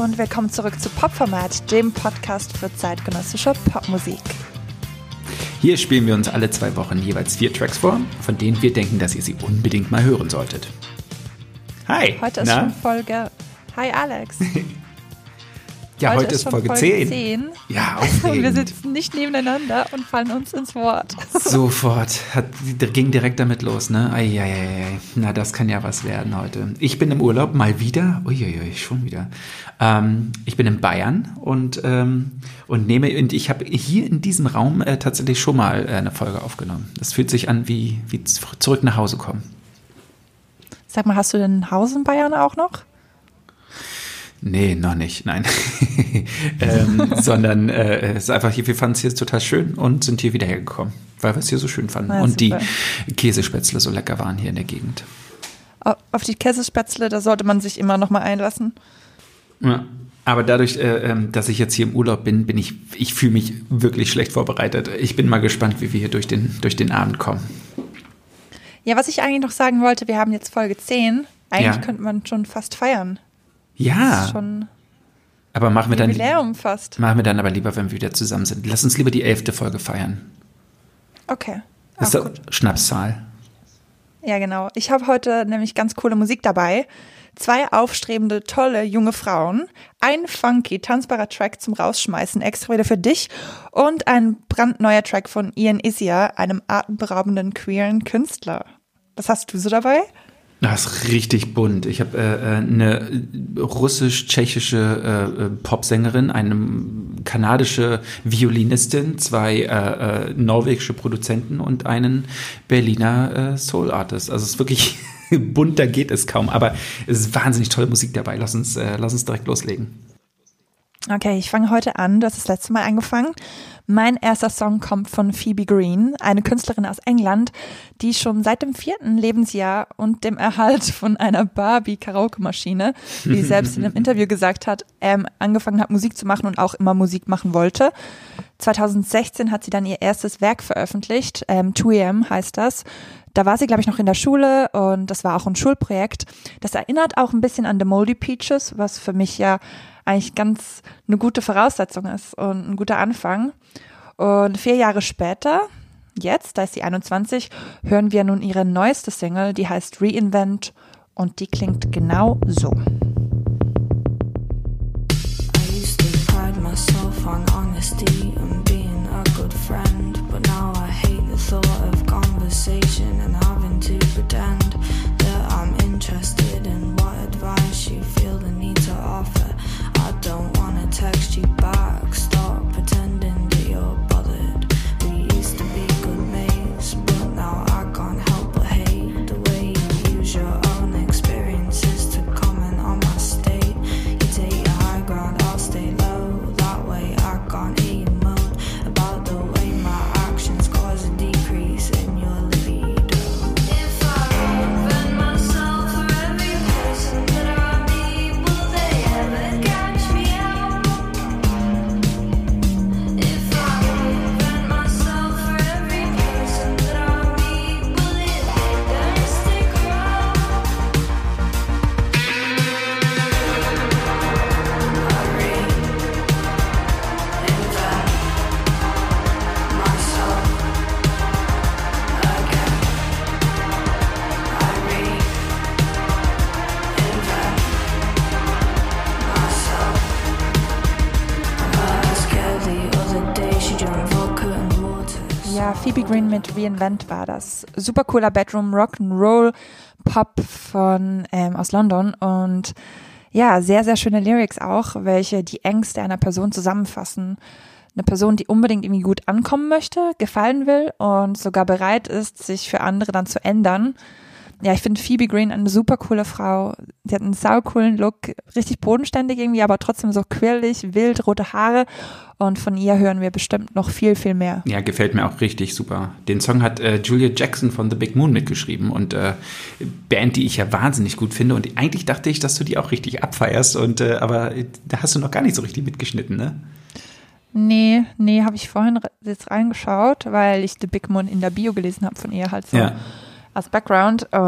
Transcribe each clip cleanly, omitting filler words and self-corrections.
und willkommen zurück zu Popformat, dem Podcast für zeitgenössische Popmusik. Hier spielen wir uns alle 2 Wochen jeweils 4 Tracks vor, von denen wir denken, dass ihr sie unbedingt mal hören solltet. Hi! Heute ist schon Folge... Hi Alex! Ja, heute ist Folge 10. Ja, aufregend. Wir sitzen nicht nebeneinander und fallen uns ins Wort. Sofort. Ging direkt damit los, ne? Eieiei. Na, das kann ja was werden heute. Ich bin im Urlaub, mal wieder. Uiuiui, schon wieder. Ich bin in Bayern und ich habe hier in diesem Raum tatsächlich schon mal eine Folge aufgenommen. Das fühlt sich an wie zurück nach Hause kommen. Sag mal, hast du denn ein Haus in Bayern auch noch? Nee, noch nicht, nein. Sondern es ist einfach hier, wir fanden es hier total schön und sind hier wieder hergekommen, weil wir es hier so schön fanden. Ja, und super. Die Käsespätzle so lecker waren hier in der Gegend. Auf die Käsespätzle, da sollte man sich immer noch mal einlassen. Ja, aber dadurch, dass ich jetzt hier im Urlaub bin, ich fühle mich wirklich schlecht vorbereitet. Ich bin mal gespannt, wie wir hier durch den Abend kommen. Ja, was ich eigentlich noch sagen wollte, wir haben jetzt Folge 10. Eigentlich Ja. könnte man schon fast feiern. Das Ja, ist schon aber machen wir Jubiläum fast. dann aber lieber, wenn wir wieder zusammen sind. Lass uns lieber die 11. Folge feiern. Okay. Das ist Auch doch gut. Schnapszahl. Ja, genau. Ich habe heute nämlich ganz coole Musik dabei. 2 aufstrebende, tolle, junge Frauen. Ein funky, tanzbarer Track zum Rausschmeißen, extra wieder für dich. Und ein brandneuer Track von Ian Isia, einem atemberaubenden, queeren Künstler. Was hast du so dabei? Das ist richtig bunt. Ich habe eine russisch-tschechische Popsängerin, eine kanadische Violinistin, 2 norwegische Produzenten und einen Berliner Soul-Artist. Also es ist wirklich bunter geht es kaum, aber es ist wahnsinnig tolle Musik dabei. Lass uns direkt loslegen. Okay, ich fange heute an. Du hast das letzte Mal angefangen. Mein erster Song kommt von Phoebe Green, eine Künstlerin aus England, die schon seit dem 4. Lebensjahr und dem Erhalt von einer Barbie-Karaoke-Maschine, wie sie selbst in einem Interview gesagt hat, angefangen hat, Musik zu machen und auch immer Musik machen wollte. 2016 hat sie dann ihr erstes Werk veröffentlicht, 2am heißt das. Da war sie, glaube ich, noch in der Schule und das war auch ein Schulprojekt. Das erinnert auch ein bisschen an The Moldy Peaches, was für mich ja eigentlich ganz eine gute Voraussetzung ist und ein guter Anfang. Und 4 Jahre später, jetzt, da ist sie 21, hören wir nun ihre neueste Single, die heißt Reinvent und die klingt genau so. I used to pride myself on honesty and being a good friend, but now I hate the thought of conversation and having to pretend that I'm interested in what advice you feel the need to offer. I don't wanna text you back, stop pretending that you're bothered. We used to be good mates, but now I can't help but hate the way you use your own experiences to comment on my state. You take your high ground, I'll stay low. That way I can't hear you moan about the way my actions cause a decrease in your libido. If I reinvent myself for every person that I meet, will they ever catch me out? If I reinvent myself for every person that I meet, will it then stick around? I reinvent myself again. I reinvent myself. I was scared the other day she drank vodka and water. Ja, Phoebe Green mit Reinvent war das. Super cooler Bedroom Rock'n'Roll Pop von aus London und ja, sehr, sehr schöne Lyrics auch, welche die Ängste einer Person zusammenfassen. Eine Person, die unbedingt irgendwie gut ankommen möchte, gefallen will und sogar bereit ist, sich für andere dann zu ändern. Ja, ich finde Phoebe Green eine super coole Frau. Sie hat einen saucoolen Look, richtig bodenständig irgendwie, aber trotzdem so quirlig, wild, rote Haare. Und von ihr hören wir bestimmt noch viel, viel mehr. Ja, gefällt mir auch richtig super. Den Song hat Julia Jackson von The Big Moon mitgeschrieben und Band, die ich ja wahnsinnig gut finde. Und eigentlich dachte ich, dass du die auch richtig abfeierst. Aber da hast du noch gar nicht so richtig mitgeschnitten, ne? Nee, habe ich vorhin jetzt reingeschaut, weil ich The Big Moon in der Bio gelesen habe von ihr halt so. Ja. als Background und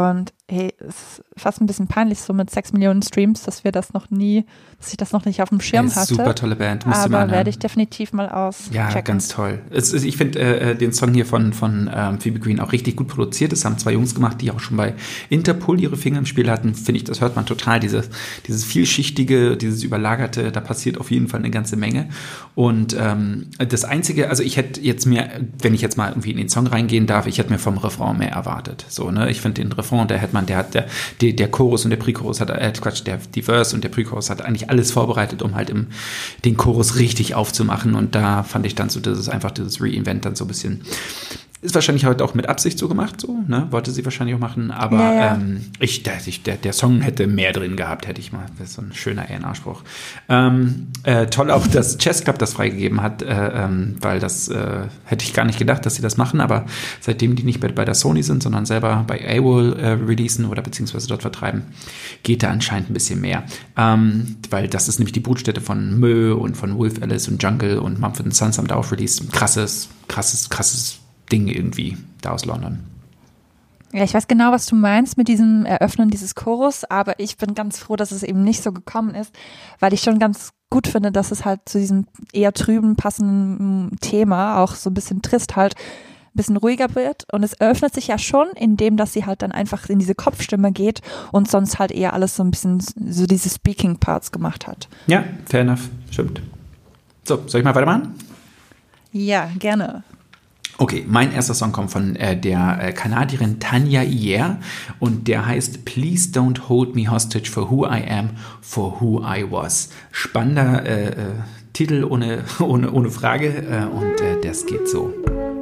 hey, es ist fast ein bisschen peinlich, so mit 6 Millionen Streams, dass ich das noch nicht auf dem Schirm hatte. Super tolle Band, musst du mal aber anhören. werde ich definitiv mal auschecken. Ja, ganz toll. Ich finde den Song hier von Phoebe Green auch richtig gut produziert. Das haben 2 Jungs gemacht, die auch schon bei Interpol ihre Finger im Spiel hatten. Finde ich, das hört man total. Dieses vielschichtige, dieses überlagerte, da passiert auf jeden Fall eine ganze Menge. Und das Einzige, also ich hätte jetzt mir, wenn ich jetzt mal irgendwie in den Song reingehen darf, ich hätte mir vom Refrain mehr erwartet. So, ne? Ich finde den Refrain, der Chorus und der Pre-Chorus die Verse und der Pre-Chorus hat eigentlich alles vorbereitet, um halt den Chorus richtig aufzumachen. Und da fand ich dann so, dieses Reinvent dann so ein bisschen, ist wahrscheinlich heute auch mit Absicht so gemacht, so, ne? Wollte sie wahrscheinlich auch machen, aber ja. Der Song hätte mehr drin gehabt, hätte ich mal. Das ist so ein schöner Ehrenanspruch. Toll auch, dass Chess Club das freigegeben hat, weil das hätte ich gar nicht gedacht, dass sie das machen, aber seitdem die nicht mehr bei der Sony sind, sondern selber bei AWOL releasen oder beziehungsweise dort vertreiben, geht da anscheinend ein bisschen mehr. Weil das ist nämlich die Brutstätte von Mö und von Wolf Alice und Jungle und Mumford & Sons haben da auch released. Krasses Ding irgendwie da aus London. Ja, ich weiß genau, was du meinst mit diesem Eröffnen dieses Chorus, aber ich bin ganz froh, dass es eben nicht so gekommen ist, weil ich schon ganz gut finde, dass es halt zu diesem eher trüben, passenden Thema, auch so ein bisschen trist halt, ein bisschen ruhiger wird. Und es öffnet sich ja schon, indem dass sie halt dann einfach in diese Kopfstimme geht und sonst halt eher alles so ein bisschen so diese Speaking-Parts gemacht hat. Ja, fair enough, stimmt. So, soll ich mal weitermachen? Ja, gerne. Okay, mein erster Song kommt von der Kanadierin Tanya Iyer und der heißt Please Don't Hold Me Hostage for Who I Am, for Who I Was. Spannender Titel ohne Frage und das geht so.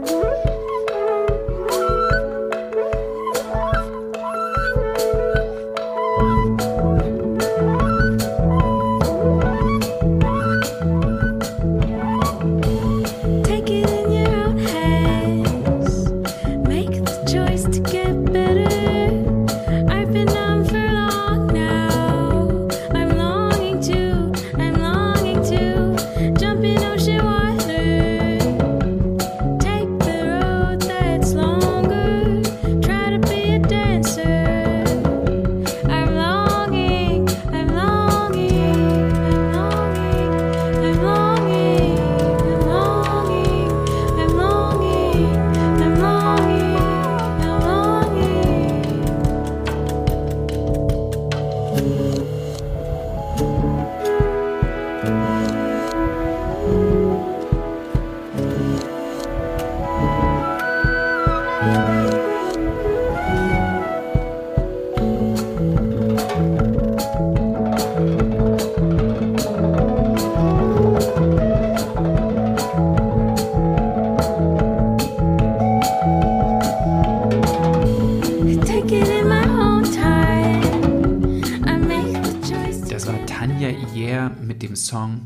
Song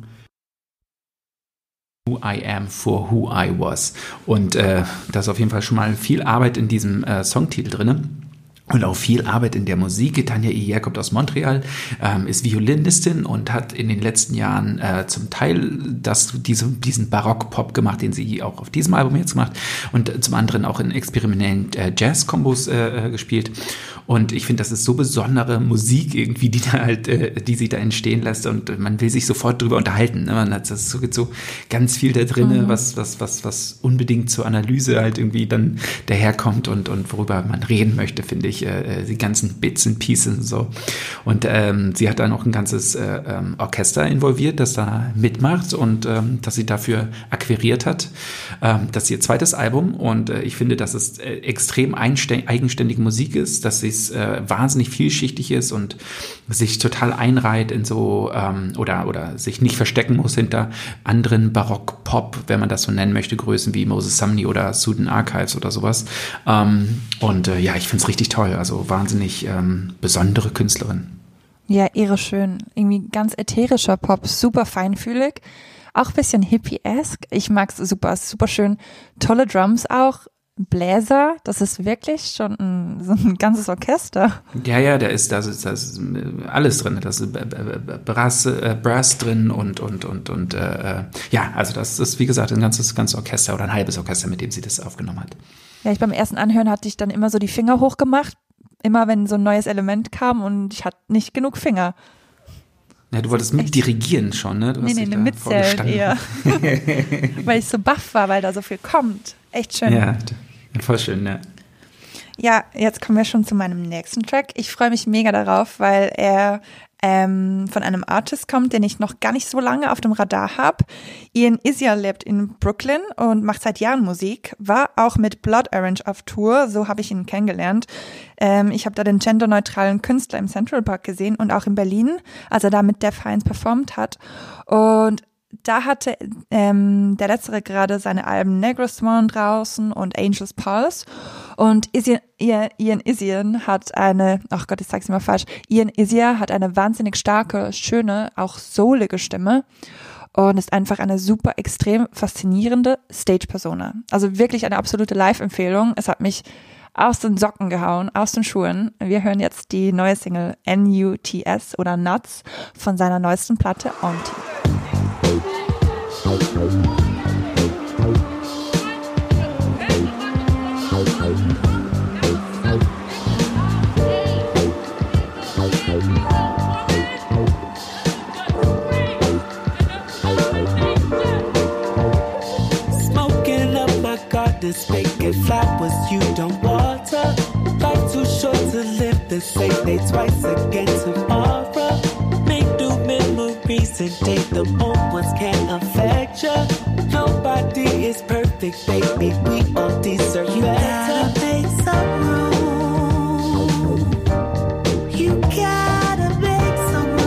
Who I Am for Who I Was. Und da ist auf jeden Fall schon mal viel Arbeit in diesem Songtitel drin. Und auch viel Arbeit in der Musik. Tanya Iyer kommt aus Montreal, ist Violinistin und hat in den letzten Jahren zum Teil diesen Barock-Pop gemacht, den sie auch auf diesem Album jetzt gemacht und zum anderen auch in experimentellen Jazz-Kombos gespielt. Und ich finde, das ist so besondere Musik irgendwie, die sie da entstehen lässt und man will sich sofort drüber unterhalten. Ne? Man hat so ganz viel da drin, was unbedingt zur Analyse halt irgendwie dann daherkommt und worüber man reden möchte, finde ich. Die ganzen Bits and Pieces und so. Und sie hat dann auch ein ganzes Orchester involviert, das da mitmacht und das sie dafür akquiriert hat. Das ist ihr zweites Album und ich finde, dass es extrem eigenständige Musik ist, dass sie wahnsinnig vielschichtig ist und sich total einreiht in so oder sich nicht verstecken muss hinter anderen Barock-Pop, wenn man das so nennen möchte, Größen wie Moses Sumney oder Sudan Archives oder sowas. Ja, ich finde es richtig toll, also wahnsinnig besondere Künstlerin. Ja, irre schön. Irgendwie ganz ätherischer Pop, super feinfühlig, auch ein bisschen hippie-esque. Ich mag's super, super schön. Tolle Drums auch. Bläser, das ist wirklich schon so ein ganzes Orchester. Ja, da ist alles drin. Da ist Brass drin und ja, also das ist, wie gesagt, ein ganzes Orchester oder ein halbes Orchester, mit dem sie das aufgenommen hat. Ja, beim ersten Anhören hatte ich dann immer so die Finger hochgemacht, immer wenn so ein neues Element kam und ich hatte nicht genug Finger. Ja, du wolltest mit dirigieren schon, ne? Du hast dich Nee, da mitzählen eher. Weil ich so baff war, weil da so viel kommt. Echt schön. Ja, voll schön, ja. Ja, jetzt kommen wir schon zu meinem nächsten Track. Ich freue mich mega darauf, weil er von einem Artist kommt, den ich noch gar nicht so lange auf dem Radar habe. Ian Isia lebt in Brooklyn und macht seit Jahren Musik, war auch mit Blood Orange auf Tour, so habe ich ihn kennengelernt. Ich habe da den genderneutralen Künstler im Central Park gesehen und auch in Berlin, als er da mit Def Hines performt hat. Und da hatte der Letztere gerade seine Alben Negro Swan draußen und Angel's Pulse. Und Ian Isia hat eine, ach Gott, ich sag's immer falsch, Ian Isia hat eine wahnsinnig starke, schöne, auch soulige Stimme und ist einfach eine super extrem faszinierende Stage-Persona. Also wirklich eine absolute Live-Empfehlung. Es hat mich aus den Socken gehauen, aus den Schuhen. Wir hören jetzt die neue Single NUTS oder Nuts von seiner neuesten Platte Onti. Smoking up my garden's making flowers you don't water. Life too short to live the same day twice again tomorrow. Make new memories and take them old ones can't affect you. Nobody is perfect, baby. We all deserve better. You gotta make some room. You gotta make some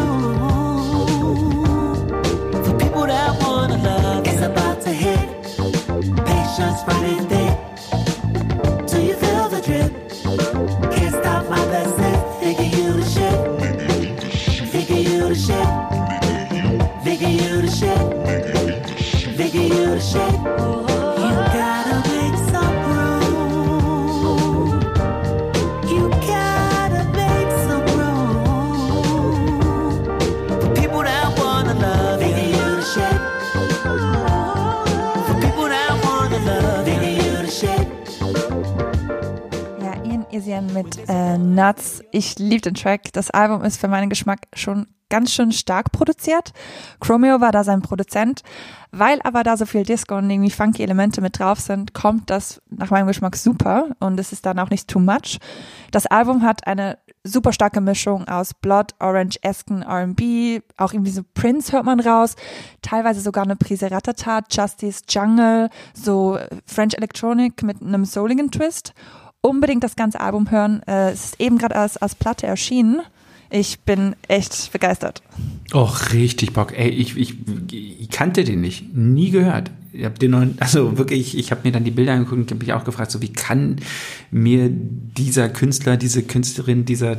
room for people that wanna love. It's about to hit. Patience running thick. Do you feel the drip? Can't stop my blessings. Thinking you the shit. Thinking you the shit. Thinking you the shit. Thinking you the shit. You gotta make some room. You gotta make some room for people that wanna love you. Thinking you the shit. For people that wanna love you. Thinking you the shit. Ja, Ian Isia mit Nuts. Ich liebe den Track. Das Album ist für meinen Geschmack schon ganz schön stark produziert. Chromeo war da sein Produzent. Weil aber da so viel Disco und irgendwie funky Elemente mit drauf sind, kommt das nach meinem Geschmack super und es ist dann auch nicht too much. Das Album hat eine super starke Mischung aus Blood Orange-esken R&B, auch irgendwie so Prince hört man raus, teilweise sogar eine Prise Ratata, Justice, Jungle, so French Electronic mit einem souligen Twist. Unbedingt das ganze Album hören. Es ist eben gerade als Platte erschienen. Ich bin echt begeistert. Oh, richtig Bock. Ey, ich kannte den nicht. Nie gehört. Ich habe den noch, also wirklich, ich habe mir dann die Bilder angeguckt und habe mich auch gefragt, so wie kann mir dieser Künstler, diese Künstlerin, diese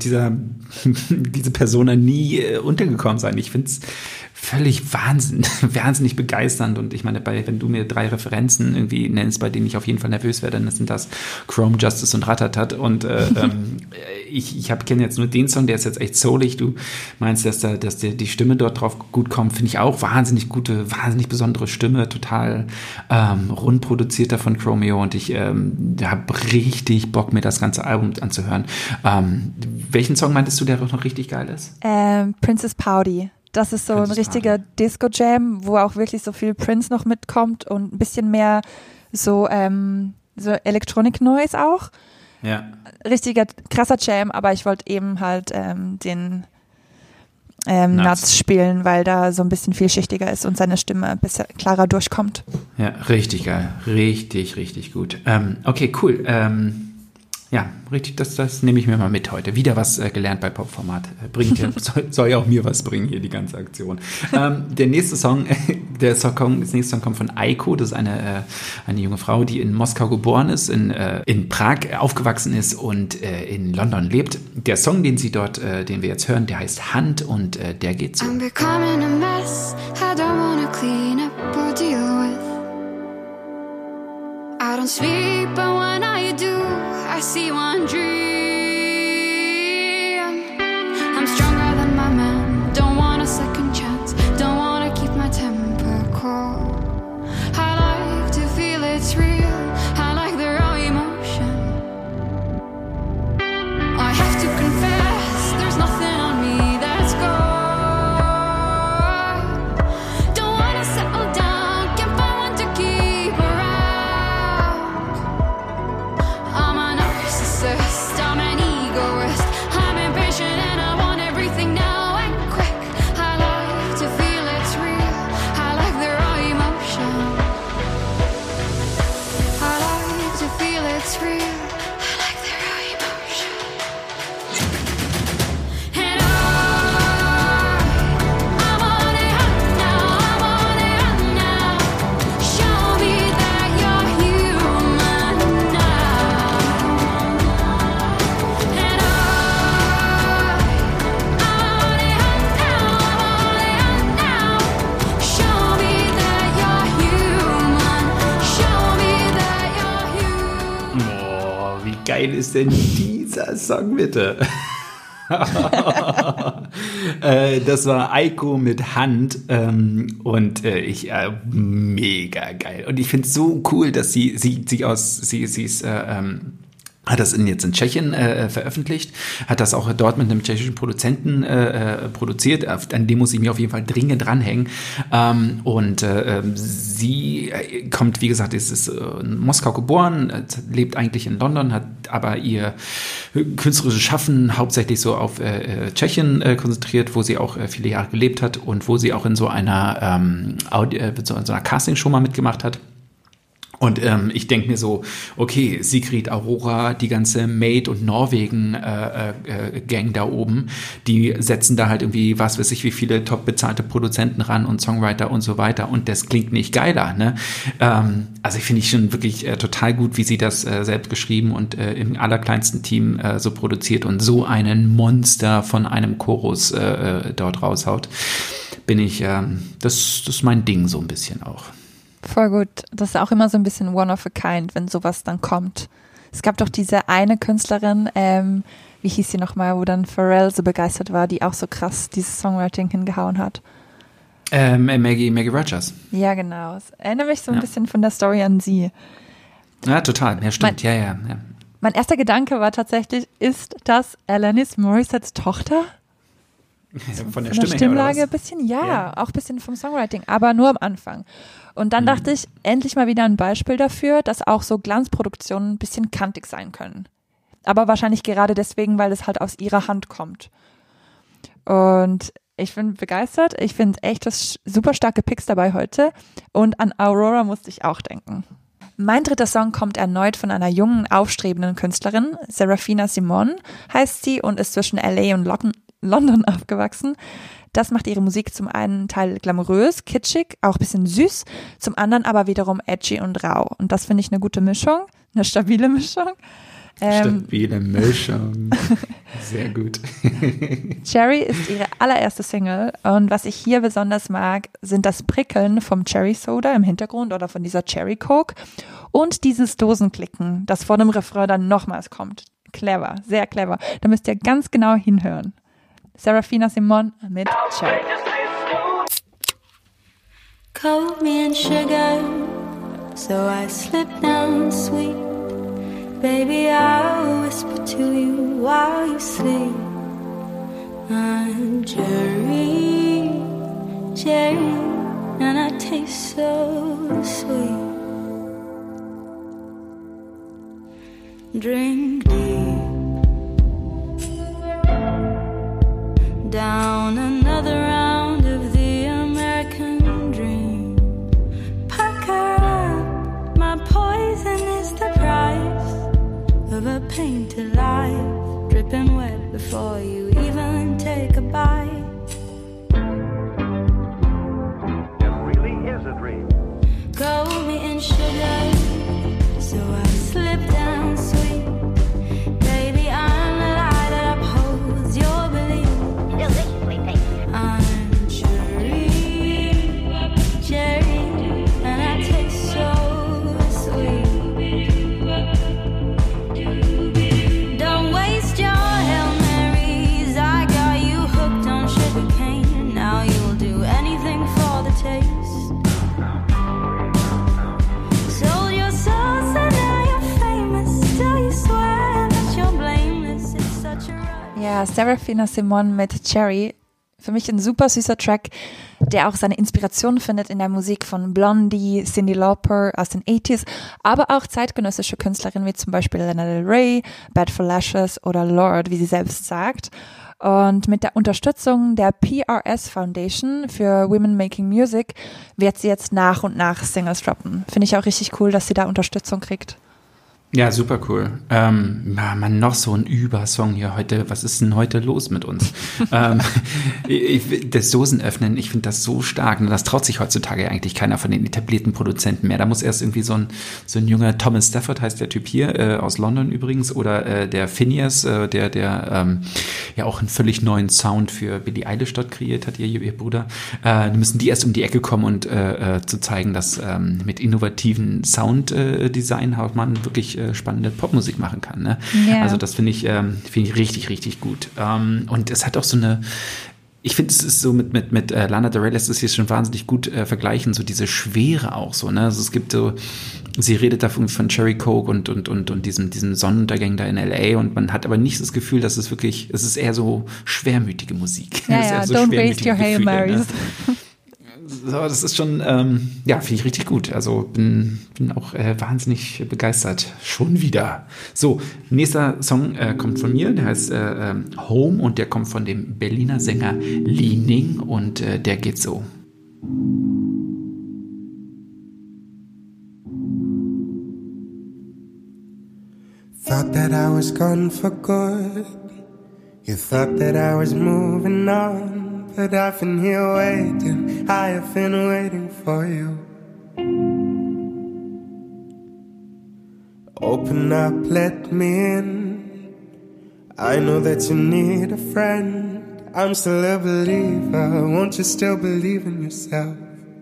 Persona nie untergekommen sein. Ich find's völlig wahnsinnig begeisternd und ich meine, wenn du mir 3 Referenzen irgendwie nennst, bei denen ich auf jeden Fall nervös werde, dann sind das Chrome, Justice und Ratatat und ich kenne jetzt nur den Song, der ist jetzt echt soulig. Du meinst, dass die Stimme dort drauf gut kommt, finde ich auch wahnsinnig gute, wahnsinnig besondere Stimme, total rund produzierter von Chromeo und ich habe richtig Bock, mir das ganze Album anzuhören. Welchen Song meintest du, der noch richtig geil ist? Princess Pouty. Das ist so ein richtiger Disco-Jam, wo auch wirklich so viel Prince noch mitkommt und ein bisschen mehr so Electronic-Noise auch. Ja. Richtiger krasser Jam, aber ich wollte eben halt den Nuts spielen, weil da so ein bisschen vielschichtiger ist und seine Stimme ein bisschen klarer durchkommt. Ja, richtig geil. Richtig gut. Okay, cool. Ja, richtig, das nehme ich mir mal mit heute. Wieder was gelernt bei Popformat. Soll ja auch mir was bringen hier, die ganze Aktion. Der nächste Song, das nächste Song kommt von Aiko. Das ist eine junge Frau, die in Moskau geboren ist, in Prag aufgewachsen ist und in London lebt. Der Song, den wir jetzt hören, der heißt Hand und der geht so. I'm becoming a mess. I don't wanna clean up or deal with. I don't sleep, but when I do, I see one dream. I'm stronger than my man. Don't want a second chance. Don't wanna keep my temper cool. I like to feel it's real. I like the raw emotion. geil ist denn dieser Song bitte? Das war Aiko mit Hand und mega geil. Und ich finde es so cool, dass sie ist hat das jetzt in Tschechien veröffentlicht, hat das auch dort mit einem tschechischen Produzenten produziert, an dem muss ich mir auf jeden Fall dringend dranhängen. Sie kommt, wie gesagt, ist in Moskau geboren, lebt eigentlich in London, hat aber ihr künstlerisches Schaffen hauptsächlich so auf Tschechien konzentriert, wo sie auch viele Jahre gelebt hat und wo sie auch in so einer so einer Castingshow mal mitgemacht hat. Und ich denke mir so, okay, Sigrid Aurora, die ganze Maid- und Norwegen-Gang da oben, die setzen da halt irgendwie, was weiß ich, wie viele top bezahlte Produzenten ran und Songwriter und so weiter. Und das klingt nicht geiler, ne? Also ich finde ich schon wirklich total gut, wie sie das selbst geschrieben und im allerkleinsten Team so produziert und so einen Monster von einem Chorus dort raushaut. Das ist mein Ding so ein bisschen auch. Voll gut. Das ist auch immer so ein bisschen one of a kind, wenn sowas dann kommt. Es gab doch diese eine Künstlerin, wie hieß sie nochmal, wo dann Pharrell so begeistert war, die auch so krass dieses Songwriting hingehauen hat. Maggie Rogers. Ja, genau. Es erinnert mich so ein bisschen von der Story an sie. Ja, total. Ja, stimmt. Ja. Mein erster Gedanke war tatsächlich, ist das Alanis Morissettes Tochter? Von der Stimmlage ein bisschen, auch ein bisschen vom Songwriting, aber nur am Anfang. Und dann dachte ich, endlich mal wieder ein Beispiel dafür, dass auch so Glanzproduktionen ein bisschen kantig sein können. Aber wahrscheinlich gerade deswegen, weil es halt aus ihrer Hand kommt. Und ich bin begeistert. Ich finde echt das super starke Picks dabei heute. Und an Aurora musste ich auch denken. Mein dritter Song kommt erneut von einer jungen, aufstrebenden Künstlerin. Serafina Simon heißt sie und ist zwischen LA und London aufgewachsen. Das macht ihre Musik zum einen Teil glamourös, kitschig, auch ein bisschen süß, zum anderen aber wiederum edgy und rau. Und das finde ich eine gute Mischung, eine stabile Mischung. Stabile Mischung. Sehr gut. Cherry ist ihre allererste Single und was ich hier besonders mag, sind das Prickeln vom Cherry Soda im Hintergrund oder von dieser Cherry Coke und dieses Dosenklicken, das vor dem Refrain dann nochmals kommt. Clever, sehr clever. Da müsst ihr ganz genau hinhören. Serafina Simon mit Cherry. Coat me in sugar, so I slip down sweet. Baby, I'll whisper to you while you sleep. I'm cherry, cherry, and I taste so sweet. Drink deep, down another round of the American dream. Pucker up, my poison is the price of a painted life, dripping wet before you even take a bite. It really is a dream. Coat me in sugar, so I slip down sweet. Baby, I'm the light that upholds your belief. Deliciously tasty. I'm cherry, cherry, and I taste so sweet. Don't waste your Hail Marys, I got you hooked on sugarcane. Now you'll do anything for the taste. Sold your soul, so now you're famous. Still you swear that you're blameless. It's such a rush. Ja, Serafina Simon mit Cherry. Für mich ein super süßer Track, der auch seine Inspiration findet in der Musik von Blondie, Cyndi Lauper aus den 80s, aber auch zeitgenössische Künstlerinnen wie zum Beispiel Lana Del Rey, Bad for Lashes oder Lorde, wie sie selbst sagt. Und mit der Unterstützung der PRS Foundation für Women Making Music wird sie jetzt nach und nach Singles droppen. Finde ich auch richtig cool, dass sie da Unterstützung kriegt. Ja, super cool. Man, noch so ein Übersong hier heute. Was ist denn heute los mit uns? Das Dosenöffnen, ich finde das so stark. Und das traut sich heutzutage eigentlich keiner von den etablierten Produzenten mehr. Da muss erst irgendwie so ein junger Thomas Stafford, heißt der Typ hier, aus London übrigens, oder der Phineas, der ja auch einen völlig neuen Sound für Billie Eilish dort kreiert hat, ihr Bruder. Die müssen die erst um die Ecke kommen und zu zeigen, dass mit innovativen Sounddesign man wirklich spannende Popmusik machen kann. Ne? Ja. Also das finde ich richtig, richtig gut. Und es hat auch so eine, ich finde, es ist so mit Lana Del Rey lässt es hier schon wahnsinnig gut vergleichen, so diese Schwere auch so, ne? Also es gibt so, sie redet da von Cherry Coke und diesem Sonnenuntergang da in L.A. und man hat aber nicht das Gefühl, dass es wirklich, es ist eher so schwermütige Musik. Ja, Es ist eher so don't schwermütige waste your Hail Gefühle, Marys. Ne? So, das ist schon, finde ich richtig gut. Also bin auch wahnsinnig begeistert. Schon wieder. So, nächster Song kommt von mir, der heißt Home und der kommt von dem Berliner Sänger Li Ning und der geht so. Thought that I was gone for good. You thought that I was moving on. But I've been here waiting, I have been waiting for you. Open up, let me in. I know that you need a friend. I'm still a believer, won't you still believe in yourself?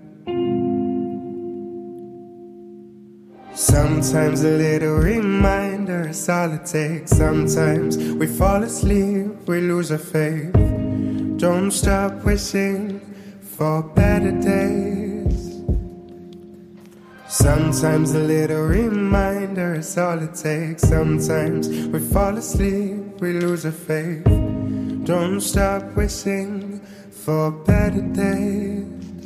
Sometimes a little reminder is all it takes. Sometimes we fall asleep, we lose our faith. Don't stop wishing for better days. Sometimes a little reminder is all it takes. Sometimes we fall asleep, we lose our faith. Don't stop wishing for better days.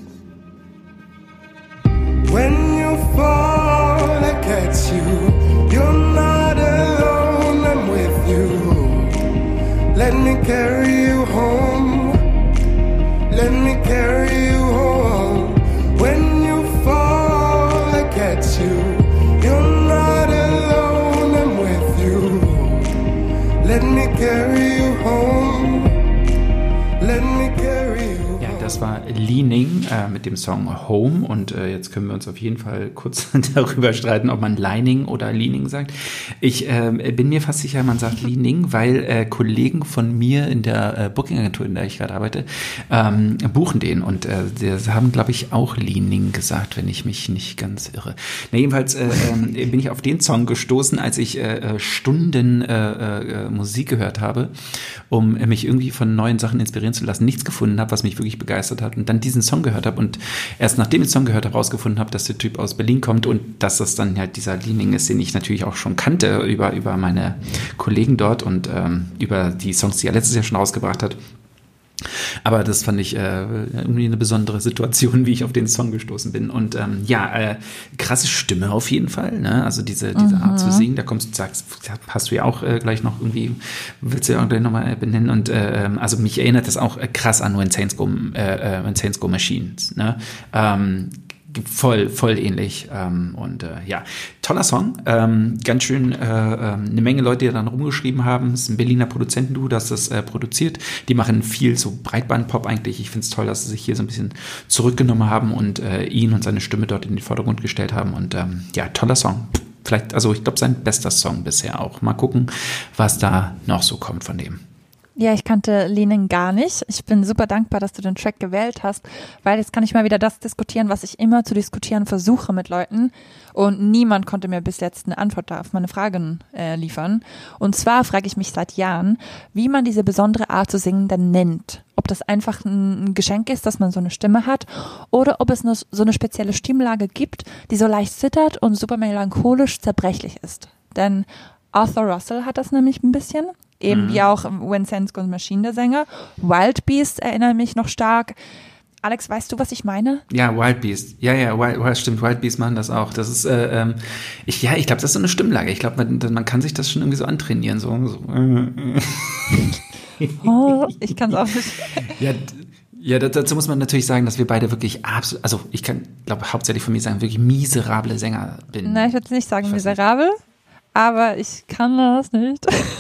When you fall, I catch you. You're not alone, I'm with you. Let me carry you home. Let me carry you home. When you fall, I catch you. You're not alone, I'm with you. Let me carry you home. Let me carry you home. Ja, das war Li Ning mit dem Song Home und jetzt können wir uns auf jeden Fall kurz darüber streiten, ob man Lining oder Li Ning sagt. Ich bin mir fast sicher, man sagt Li Ning, weil Kollegen von mir in der Booking-Agentur, in der ich gerade arbeite, buchen den und die haben, glaube ich, auch Li Ning gesagt, wenn ich mich nicht ganz irre. Na, jedenfalls bin ich auf den Song gestoßen, als ich Stunden Musik gehört habe, um mich irgendwie von neuen Sachen inspirieren zu lassen, nichts gefunden habe, was mich wirklich begeistert hat und dann diesen Song gehört habe und erst nachdem ich den Song gehört habe, rausgefunden habe, dass der Typ aus Berlin kommt und dass das dann halt dieser Li Ning ist, den ich natürlich auch schon kannte über meine Kollegen dort und über die Songs, die er letztes Jahr schon rausgebracht hat. Aber das fand ich irgendwie eine besondere Situation, wie ich auf den Song gestoßen bin. Und krasse Stimme auf jeden Fall, ne? Also diese Art zu singen, da hast du ja auch gleich noch irgendwie, willst du ja auch gleich nochmal benennen. Und also mich erinnert das auch krass an When Saints Go Machines, ne? Voll ähnlich toller Song, ganz schön eine Menge Leute, die dann rumgeschrieben haben, es ist ein Berliner Produzentenduo, das das produziert, die machen viel so Breitbandpop eigentlich, ich finde es toll, dass sie sich hier so ein bisschen zurückgenommen haben und ihn und seine Stimme dort in den Vordergrund gestellt haben und toller Song, vielleicht, also ich glaube sein bester Song bisher auch, mal gucken, was da noch so kommt von dem. Ja, ich kannte Li Ning gar nicht. Ich bin super dankbar, dass du den Track gewählt hast, weil jetzt kann ich mal wieder das diskutieren, was ich immer zu diskutieren versuche mit Leuten. Und niemand konnte mir bis jetzt eine Antwort auf meine Fragen liefern. Und zwar frage ich mich seit Jahren, wie man diese besondere Art zu singen denn nennt. Ob das einfach ein Geschenk ist, dass man so eine Stimme hat, oder ob es so eine spezielle Stimmlage gibt, die so leicht zittert und super melancholisch zerbrechlich ist. Denn Arthur Russell hat das nämlich ein bisschen. Eben wie auch When Saints Go Machine, der Sänger. Wild Beast erinnert mich noch stark. Alex, weißt du, was ich meine? Ja, Wild Beast. Ja, stimmt, Wild Beast machen das auch. Das ist, ich glaube, das ist so eine Stimmlage. Ich glaube, man kann sich das schon irgendwie so antrainieren. So. Oh, ich kann es auch nicht. Ja, dazu muss man natürlich sagen, dass wir beide wirklich absolut, also ich glaube hauptsächlich von mir sagen, wirklich miserable Sänger bin. Nein, ich würde nicht sagen miserabel, aber ich kann das nicht.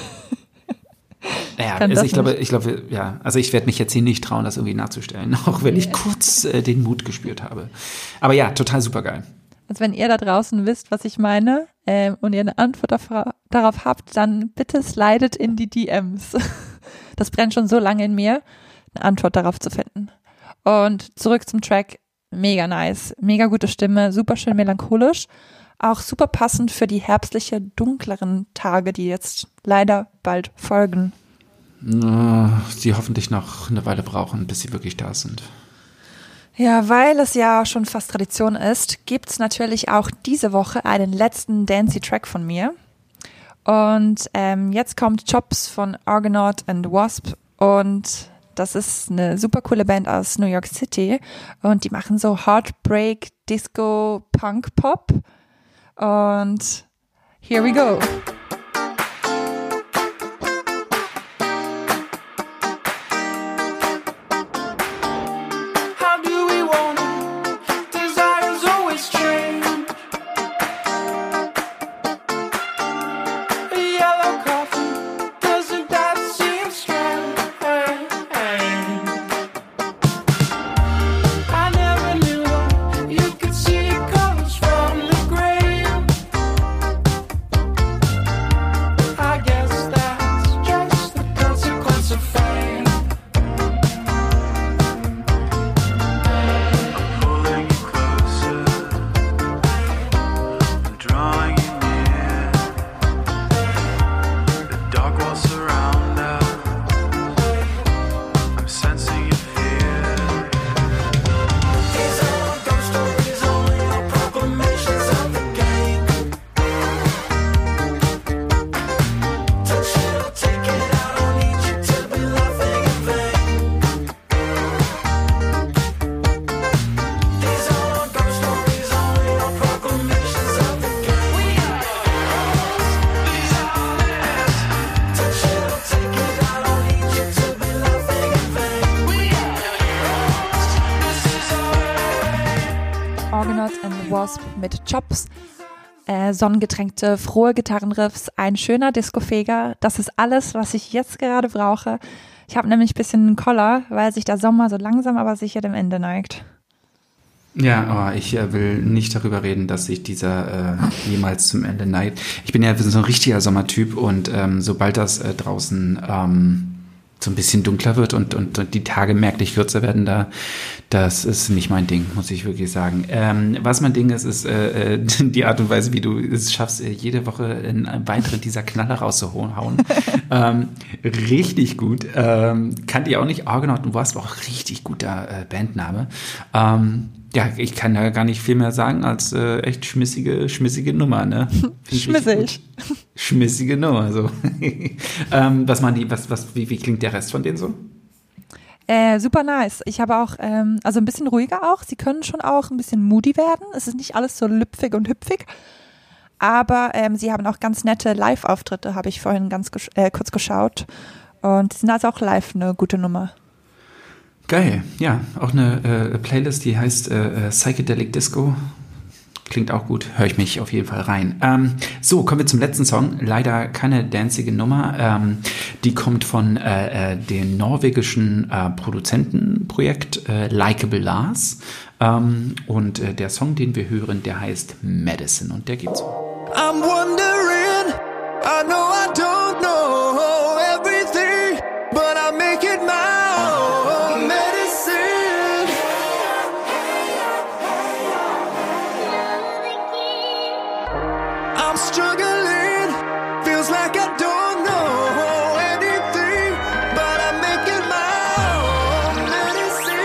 Naja, also ich glaube, also ich werde mich jetzt hier nicht trauen, das irgendwie nachzustellen, auch wenn ich kurz den Mut gespürt habe. Aber ja, total supergeil. Also wenn ihr da draußen wisst, was ich meine und ihr eine Antwort darauf habt, dann bitte slidet in die DMs. Das brennt schon so lange in mir, eine Antwort darauf zu finden. Und zurück zum Track, mega nice, mega gute Stimme, super schön melancholisch, auch super passend für die herbstliche, dunkleren Tage, die jetzt leider bald folgen. Sie hoffentlich noch eine Weile brauchen, bis sie wirklich da sind. Ja, weil es ja schon fast Tradition ist, gibt's natürlich auch diese Woche einen letzten Dancy-Track von mir. Und jetzt kommt Chops von Argonaut and Wasp und das ist eine super coole Band aus New York City und die machen so Heartbreak, Disco, Punk, Pop und here we go. Argonaut and Wasp mit Chops, sonnengetränkte, frohe Gitarrenriffs, ein schöner Discofeger. Das ist alles, was ich jetzt gerade brauche. Ich habe nämlich ein bisschen einen Koller, weil sich der Sommer so langsam aber sicher dem Ende neigt. Ja, aber ich will nicht darüber reden, dass sich dieser jemals zum Ende neigt. Ich bin ja so ein richtiger Sommertyp und sobald das draußen so ein bisschen dunkler wird und die Tage merklich kürzer werden, das ist nicht mein Ding, muss ich wirklich sagen. Was mein Ding ist die Art und Weise, wie du es schaffst, jede Woche einen weiteren dieser Knaller rauszuhauen. Richtig gut. Kannte ich auch nicht. Argonaut und Wasp, auch richtig guter Bandname. Ja, ich kann da gar nicht viel mehr sagen als echt schmissige Nummer, ne? Schmissig. Schmissige Nummer, so. Was machen die, wie klingt der Rest von denen so? Super nice. Ich habe auch, also ein bisschen ruhiger auch. Sie können schon auch ein bisschen moody werden. Es ist nicht alles so lüpfig und hüpfig. Aber sie haben auch ganz nette Live-Auftritte, habe ich vorhin kurz geschaut. Und sie sind also auch live eine gute Nummer. Geil, ja. Auch eine Playlist, die heißt Psychedelic Disco. Klingt auch gut, höre ich mich auf jeden Fall rein. So, kommen wir zum letzten Song. Leider keine danzige Nummer. Die kommt von dem norwegischen Produzentenprojekt Likeable Lars. Und der Song, den wir hören, der heißt Medicine und der geht so. I'm wondering, I know I don't know everything, but I make it my own medicine. I'm struggling, feels like I don't know anything, but I make it my own medicine.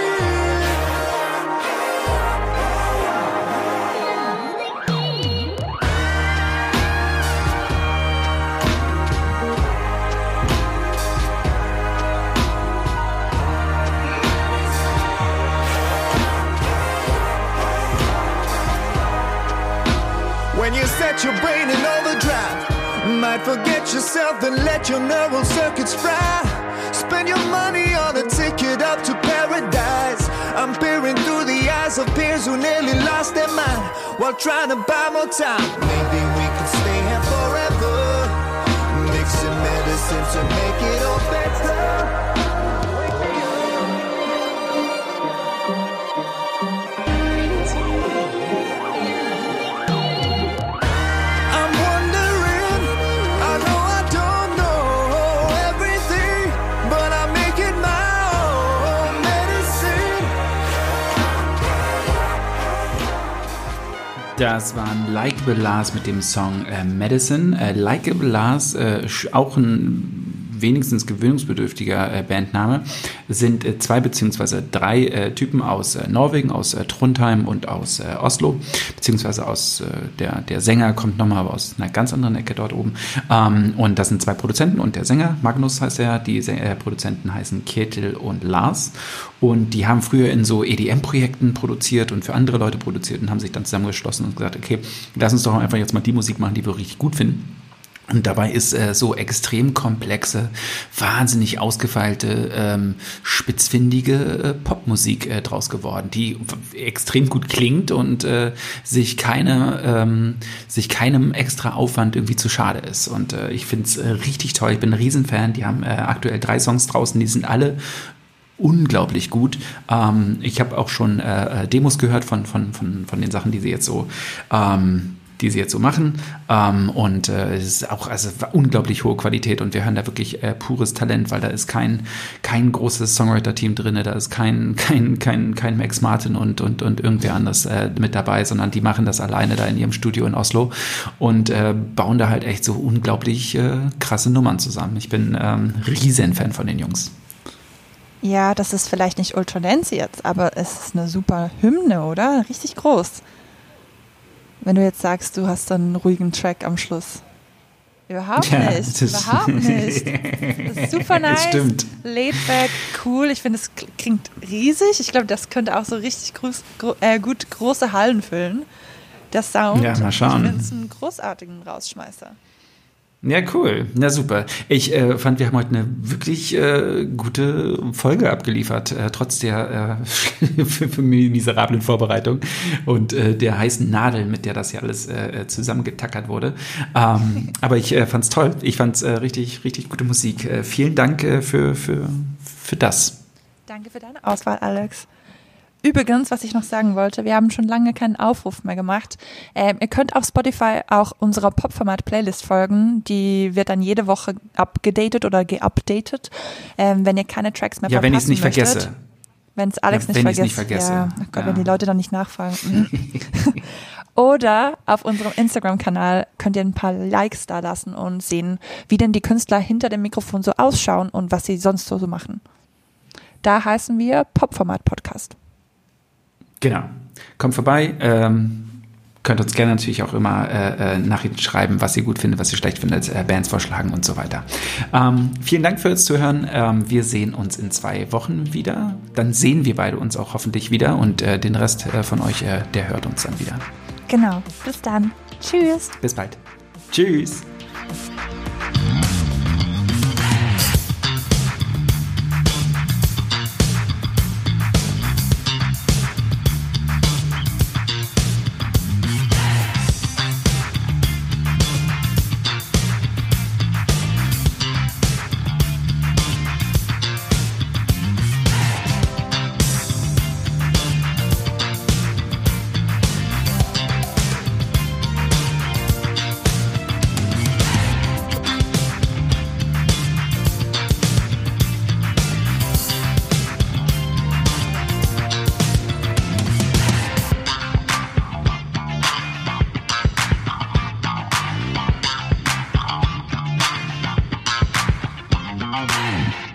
When you set your brain in overdrive, might forget yourself and let your neural circuits fry. Spend your money on a ticket up to paradise. I'm peering through the eyes of peers who nearly lost their mind while trying to buy more time. Maybe we could stay here forever, mixing medicine to make it all better. I'm wondering, I know I don't know everything, but Das waren Likeable Lars mit dem Song Medicine. Likeable Lars, auch ein wenigstens gewöhnungsbedürftiger Bandname, sind 2 beziehungsweise 3 Typen aus Norwegen, aus Trondheim und aus Oslo, beziehungsweise aus der Sänger kommt nochmal aus einer ganz anderen Ecke dort oben. Und das sind 2 Produzenten und der Sänger, Magnus heißt er, die Produzenten heißen Ketil und Lars. Und die haben früher in so EDM-Projekten produziert und für andere Leute produziert und haben sich dann zusammengeschlossen und gesagt, okay, lass uns doch einfach jetzt mal die Musik machen, die wir richtig gut finden. Und dabei ist so extrem komplexe, wahnsinnig ausgefeilte, spitzfindige Popmusik draus geworden, die extrem gut klingt und sich keinem extra Aufwand irgendwie zu schade ist. Und ich finde es richtig toll. Ich bin ein Riesenfan. Die haben aktuell 3 Songs draußen, die sind alle unglaublich gut. Ich habe auch schon Demos gehört von den Sachen, die sie jetzt so machen. Und es ist auch unglaublich hohe Qualität und wir hören da wirklich pures Talent, weil da ist kein großes Songwriter-Team drin, da ist kein Max Martin und irgendwer anders mit dabei, sondern die machen das alleine da in ihrem Studio in Oslo und bauen da halt echt so unglaublich krasse Nummern zusammen. Ich bin riesen Fan von den Jungs. Ja, das ist vielleicht nicht Ultra Dance jetzt, aber es ist eine super Hymne, oder? Richtig groß. Wenn du jetzt sagst, du hast dann einen ruhigen Track am Schluss. Überhaupt nicht. Das ist super nice. Stimmt. Laid back, cool. Ich finde, es klingt riesig. Ich glaube, das könnte auch so richtig gut große Hallen füllen. Der Sound. Ja, mal schauen. Ich finde es einen großartigen Rausschmeißer. Ja, cool. Na super. Ich fand, wir haben heute eine wirklich gute Folge abgeliefert, trotz der miserablen Vorbereitung und der heißen Nadel, mit der das ja alles zusammengetackert wurde. Aber ich fand's toll. Ich fand's richtig, richtig gute Musik. Vielen Dank für das. Danke für deine Auswahl, Alex. Übrigens, was ich noch sagen wollte, wir haben schon lange keinen Aufruf mehr gemacht. Ihr könnt auf Spotify auch unserer Popformat-Playlist folgen. Die wird dann jede Woche abgedatet oder geupdatet, wenn ihr keine Tracks mehr verpassen möchtet. Ja, wenn ich es nicht vergesse. Wenn es Alex nicht vergisst. Ja, oh Gott, wenn die Leute dann nicht nachfragen. Oder auf unserem Instagram-Kanal könnt ihr ein paar Likes da lassen und sehen, wie denn die Künstler hinter dem Mikrofon so ausschauen und was sie sonst so machen. Da heißen wir Popformat-Podcast. Genau. Kommt vorbei. Könnt uns gerne natürlich auch immer Nachrichten schreiben, was ihr gut findet, was ihr schlecht findet, Bands vorschlagen und so weiter. Vielen Dank fürs Zuhören. Wir sehen uns in 2 Wochen wieder. Dann sehen wir beide uns auch hoffentlich wieder und den Rest von euch, der hört uns dann wieder. Genau. Bis dann. Tschüss. Bis bald. Tschüss. Bye.